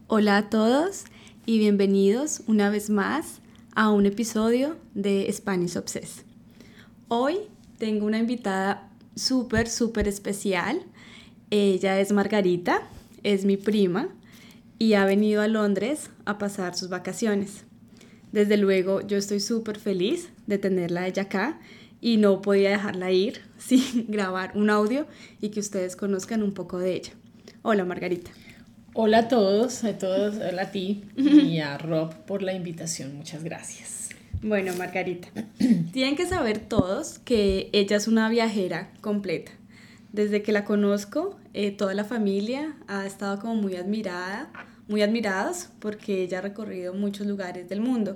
Hola a todos y bienvenidos una vez más a un episodio de Spanish Obsessed. Hoy tengo una invitada súper especial. Ella es Margarita, es mi prima y ha venido a Londres a pasar sus vacaciones. Desde luego yo estoy súper feliz de tenerla a ella acá y no podía dejarla ir sin grabar un audio y que ustedes conozcan un poco de ella. Hola Margarita. Hola a todos, hola a ti y a Rob por la invitación, muchas gracias. Bueno, Margarita, tienen que saber todos que ella es una viajera completa. Desde que la conozco, toda la familia ha estado como muy admirados porque ella ha recorrido muchos lugares del mundo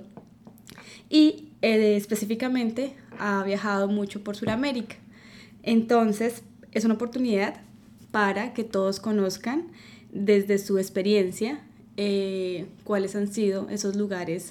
y específicamente ha viajado mucho por Sudamérica. Entonces, es una oportunidad para que todos conozcan desde su experiencia cuáles han sido esos lugares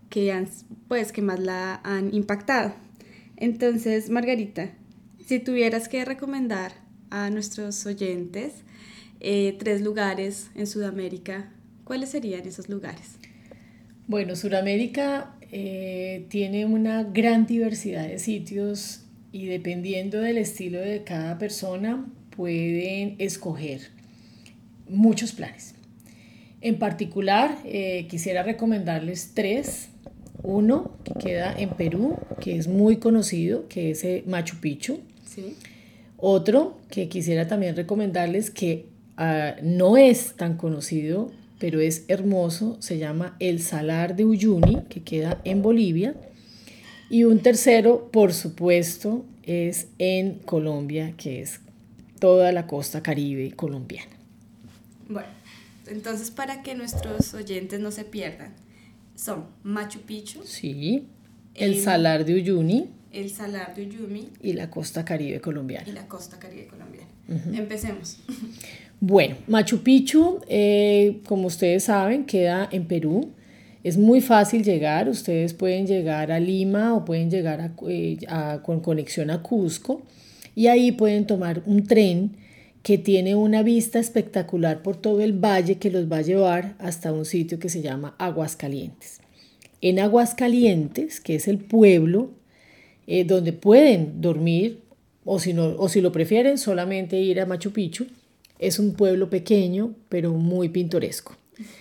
que más la han impactado. Entonces, Margarita, si tuvieras que recomendar a nuestros oyentes 3 lugares en Sudamérica, ¿cuáles serían esos lugares? Bueno, Sudamérica tiene una gran diversidad de sitios y dependiendo del estilo de cada persona pueden escoger muchos planes. En particular, quisiera recomendarles tres. Uno que queda en Perú, que es muy conocido, que es Machu Picchu. Sí. Otro que quisiera también recomendarles que no es tan conocido, pero es hermoso, se llama el Salar de Uyuni, que queda en Bolivia. Y un tercero, por supuesto, es en Colombia, que es toda la costa caribe colombiana. Bueno, entonces para que nuestros oyentes no se pierdan, son Machu Picchu, Sí, el Salar de Uyuni el Salar de Uyuni y la costa caribe colombiana. y la costa caribe colombiana. Empecemos. Bueno, Machu Picchu, como ustedes saben, queda en Perú. Es muy fácil llegar. Ustedes pueden llegar a Lima o pueden llegar con conexión a Cusco. Y ahí pueden tomar un tren que tiene una vista espectacular por todo el valle que los va a llevar hasta un sitio que se llama Aguascalientes. En Aguascalientes, que es el pueblo donde pueden dormir, o si lo prefieren, solamente ir a Machu Picchu. Es un pueblo pequeño, pero muy pintoresco.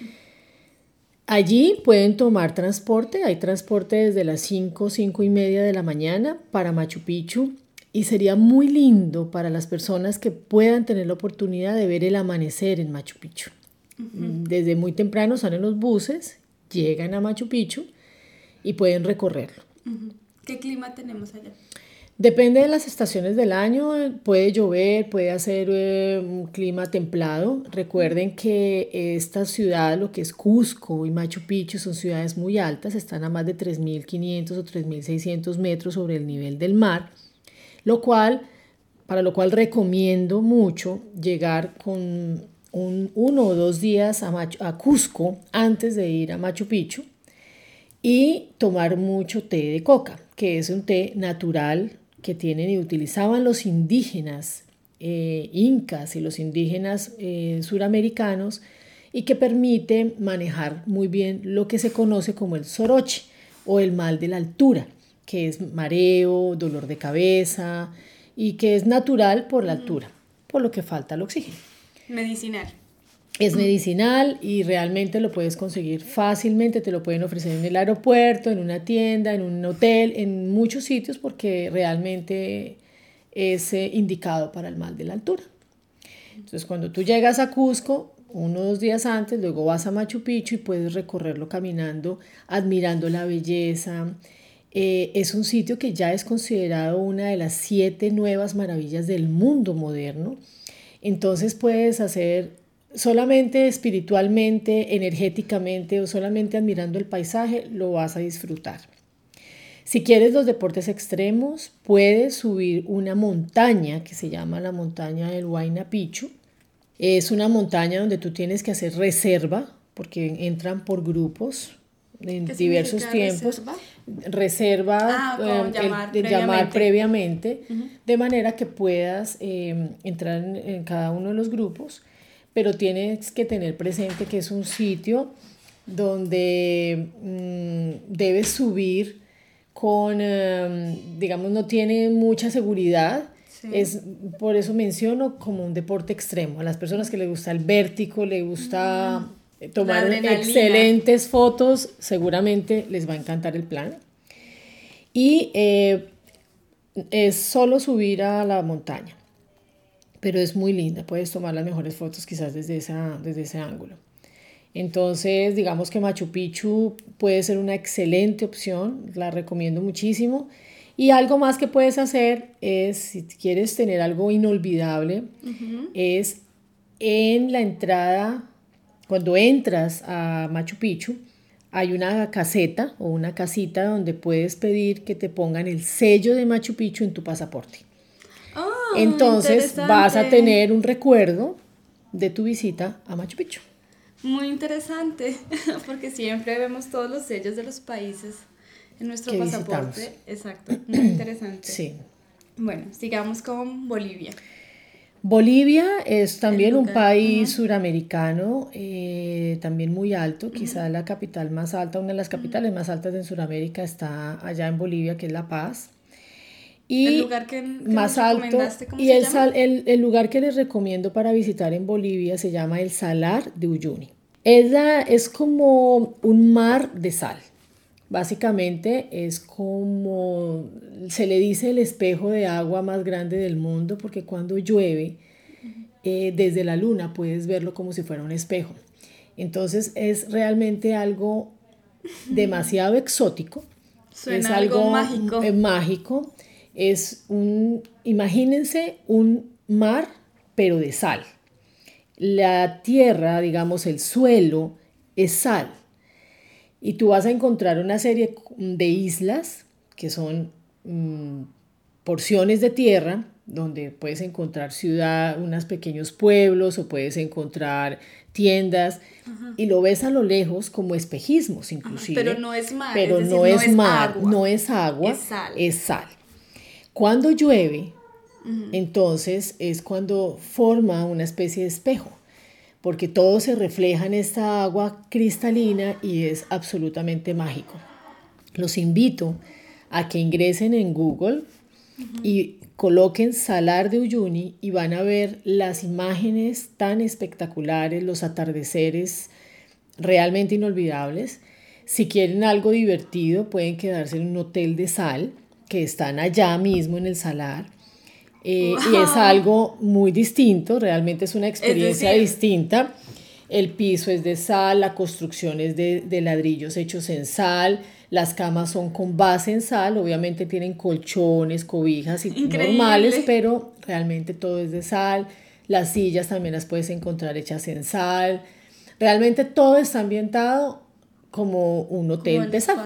Allí pueden tomar transporte, hay transporte desde las 5:30 de la mañana para Machu Picchu y sería muy lindo para las personas que puedan tener la oportunidad de ver el amanecer en Machu Picchu. Desde muy temprano salen los buses, llegan a Machu Picchu y pueden recorrerlo. ¿Qué clima tenemos allá? Depende de las estaciones del año, puede llover, puede hacer un clima templado. Recuerden que esta ciudad, lo que es Cusco y Machu Picchu, son ciudades muy altas, están a más de 3.500 o 3.600 metros sobre el nivel del mar, para lo cual recomiendo mucho llegar con 1 o 2 días a Cusco antes de ir a Machu Picchu y tomar mucho té de coca, que es un té natural que tienen y utilizaban los indígenas incas y los indígenas suramericanos y que permite manejar muy bien lo que se conoce como el soroche o el mal de la altura, que es mareo, dolor de cabeza y que es natural por la altura, por lo que falta el oxígeno. Medicinal. Es medicinal y realmente lo puedes conseguir fácilmente, te lo pueden ofrecer en el aeropuerto, en una tienda, en un hotel, en muchos sitios porque realmente es indicado para el mal de la altura. Entonces cuando tú llegas a Cusco, 1 o 2 días antes, luego vas a Machu Picchu y puedes recorrerlo caminando, admirando la belleza. Es un sitio que ya es considerado una de las 7 nuevas maravillas del mundo moderno. Entonces puedes hacer solamente espiritualmente, energéticamente o solamente admirando el paisaje, lo vas a disfrutar. Si quieres los deportes extremos, puedes subir una montaña que se llama la montaña del Huayna Picchu. Es una montaña donde tú tienes que hacer reserva porque entran por grupos en diversos tiempos. Reserva llamar previamente, de manera que puedas entrar en cada uno de los grupos pero tienes que tener presente que es un sitio donde debes subir con, digamos, no tiene mucha seguridad. Sí. Es, por eso menciono como un deporte extremo. A las personas que les gusta el vértigo, les gusta tomar excelentes fotos, seguramente les va a encantar el plan. Y es solo subir a la montaña, pero es muy linda, puedes tomar las mejores fotos quizás desde ese ángulo. Entonces, digamos que Machu Picchu puede ser una excelente opción, la recomiendo muchísimo. Y algo más que puedes hacer es, si quieres tener algo inolvidable, es en la entrada, cuando entras a Machu Picchu, hay una caseta o una casita donde puedes pedir que te pongan el sello de Machu Picchu en tu pasaporte. Oh, entonces vas a tener un recuerdo de tu visita a Machu Picchu. Muy interesante, porque siempre vemos todos los sellos de los países en nuestro pasaporte. Visitamos. Exacto, muy interesante. Sí. Bueno, sigamos con Bolivia. Bolivia es también un país suramericano, también muy alto, quizá la capital más alta, una de las capitales más altas de Sudamérica está allá en Bolivia, que es La Paz. Y el lugar que más alto, ¿cómo y se llama? El lugar que les recomiendo para visitar en Bolivia se llama el Salar de Uyuni. Es como un mar de sal. Básicamente es como, se le dice el espejo de agua más grande del mundo, porque cuando llueve, desde la luna puedes verlo como si fuera un espejo. Entonces es realmente algo demasiado exótico. Suena es algo mágico. Mágico. Imagínense un mar, pero de sal. La tierra, digamos, el suelo es sal. Y tú vas a encontrar una serie de islas que son porciones de tierra donde puedes encontrar unos pequeños pueblos o puedes encontrar tiendas. Ajá. Y lo ves a lo lejos como espejismos inclusive. Ajá, pero no es mar. Pero es decir, no es mar, agua. no es agua, es sal. Es sal. Cuando llueve, entonces es cuando forma una especie de espejo, porque todo se refleja en esta agua cristalina y es absolutamente mágico. Los invito a que ingresen en Google y coloquen Salar de Uyuni y van a ver las imágenes tan espectaculares, los atardeceres realmente inolvidables. Si quieren algo divertido, pueden quedarse en un hotel de sal que están allá mismo en el Salar. Wow. Y es algo muy distinto, realmente es una experiencia distinta. El piso es de sal, la construcción es de ladrillos hechos en sal, las camas son con base en sal, obviamente tienen colchones, cobijas y normales, pero realmente todo es de sal. Las sillas también las puedes encontrar hechas en sal. Realmente todo está ambientado como un hotel de sal.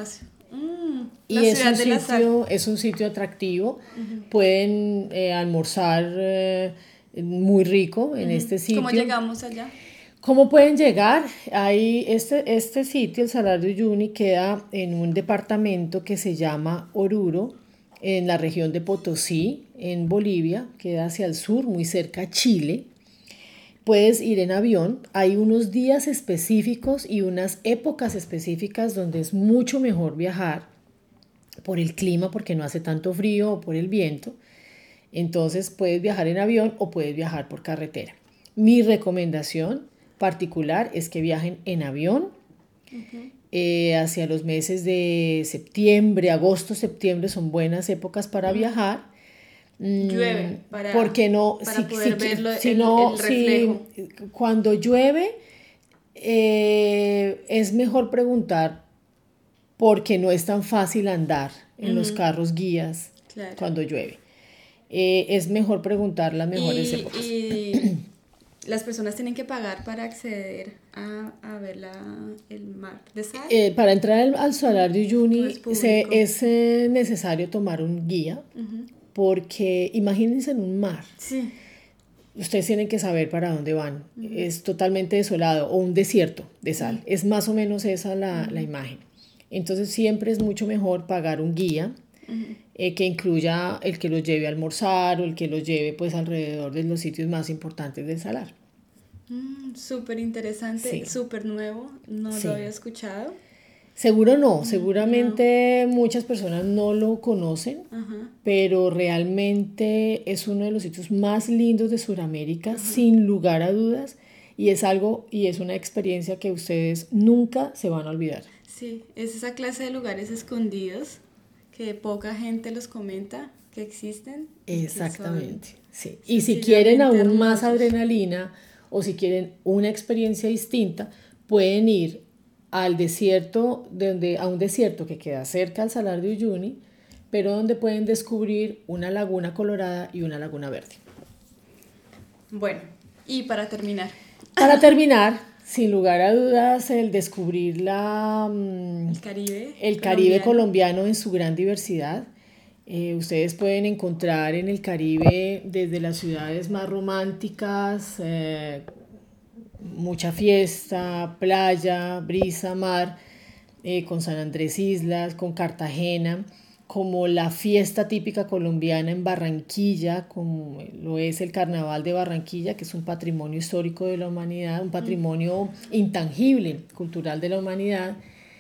Y es un sitio atractivo. Pueden almorzar muy rico en este sitio. ¿Cómo llegamos allá? ¿Cómo pueden llegar? Ahí este sitio, el Salar de Uyuni, queda en un departamento que se llama Oruro, en la región de Potosí, en Bolivia, queda hacia el sur, muy cerca a Chile. Puedes ir en avión, hay unos días específicos y unas épocas específicas donde es mucho mejor viajar por el clima, porque no hace tanto frío, o por el viento. Entonces puedes viajar en avión o puedes viajar por carretera. Mi recomendación particular es que viajen en avión hacia los meses de septiembre, agosto, septiembre son buenas épocas para viajar. Llueve porque no, para poder verlo, el reflejo. Cuando llueve es mejor preguntar, porque no es tan fácil andar en los carros guías cuando llueve. Es mejor preguntar las mejores épocas. Y las personas tienen que pagar para acceder a ver el mar de sal. Para entrar al Salar de Uyuni es necesario tomar un guía, porque imagínense en un mar. Sí. Ustedes tienen que saber para dónde van. Es totalmente desolado, o un desierto de sal. Es más o menos esa la imagen. Entonces siempre es mucho mejor pagar un guía que incluya el que los lleve a almorzar o el que los lleve pues alrededor de los sitios más importantes del Salar. Súper interesante, Sí, súper nuevo, no lo sí. había escuchado. Seguro no, No, seguramente muchas personas no lo conocen, ajá, pero realmente es uno de los sitios más lindos de Sudamérica, ajá. sin lugar a dudas, y es algo y es una experiencia que ustedes nunca se van a olvidar. Sí, es esa clase de lugares escondidos que poca gente los comenta, que existen y que son Exactamente, sí. Y si quieren sencillamente aún más hermosos. adrenalina o si quieren una experiencia distinta, pueden ir al desierto, a un desierto que queda cerca al Salar de Uyuni, pero donde pueden descubrir una laguna colorada y una laguna verde. Bueno, y para terminar, Para terminar, sin lugar a dudas, el descubrir el Caribe el Caribe colombiano. colombiano en su gran diversidad. Ustedes pueden encontrar en el Caribe desde las ciudades más románticas, mucha fiesta, playa, brisa, mar, con San Andrés Islas, con Cartagena, como la fiesta típica colombiana en Barranquilla, como lo es el Carnaval de Barranquilla, que es un patrimonio histórico de la humanidad, un patrimonio intangible, cultural de la humanidad.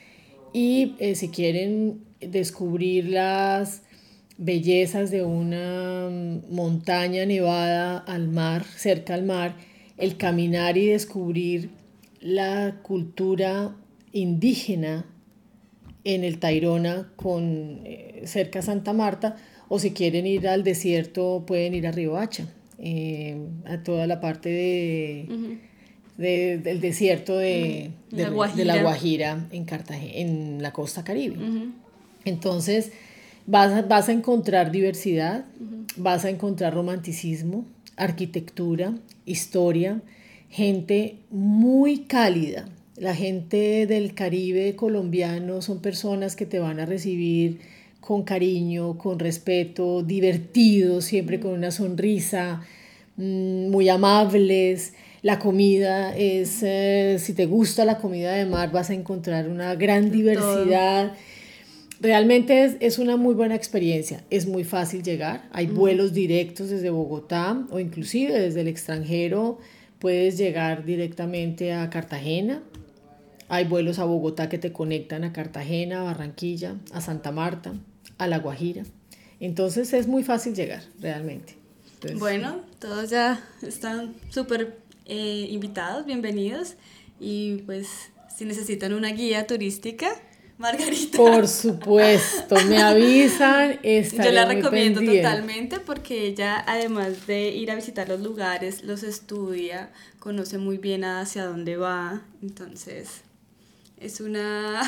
Y si quieren descubrir las bellezas de una montaña nevada al mar, cerca al mar, el caminar y descubrir la cultura indígena en el Tayrona con cerca a Santa Marta, o si quieren ir al desierto pueden ir a Riohacha, a toda la parte Ujú. del desierto La de la Guajira. Guajira en Cartagena, en la costa Caribe. Ujú, Entonces vas a encontrar diversidad, vas a encontrar romanticismo, arquitectura, historia, gente muy cálida. La gente del Caribe colombiano son personas que te van a recibir con cariño, con respeto, divertidos, siempre con una sonrisa, muy amables. La comida es, si te gusta la comida de mar, vas a encontrar una gran de todo. diversidad. Realmente es una muy buena experiencia, es muy fácil llegar, hay Ujú. vuelos directos desde Bogotá o inclusive desde el extranjero puedes llegar directamente a Cartagena, hay vuelos a Bogotá que te conectan a Cartagena, a Barranquilla, a Santa Marta, a La Guajira, entonces es muy fácil llegar realmente. Entonces, Bueno, todos ya están súper invitados, bienvenidos. Y pues si necesitan una guía turística, por Margarita, supuesto, me avisan, yo estaré la muy recomiendo pendiente. totalmente porque ella, además de ir a visitar los lugares, los estudia, conoce muy bien hacia dónde va. Entonces, es una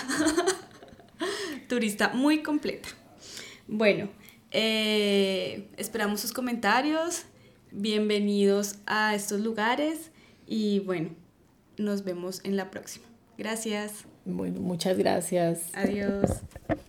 turista muy completa. Bueno, esperamos sus comentarios. Bienvenidos a estos lugares y bueno, nos vemos en la próxima. Gracias. Bueno, muchas gracias. Adiós.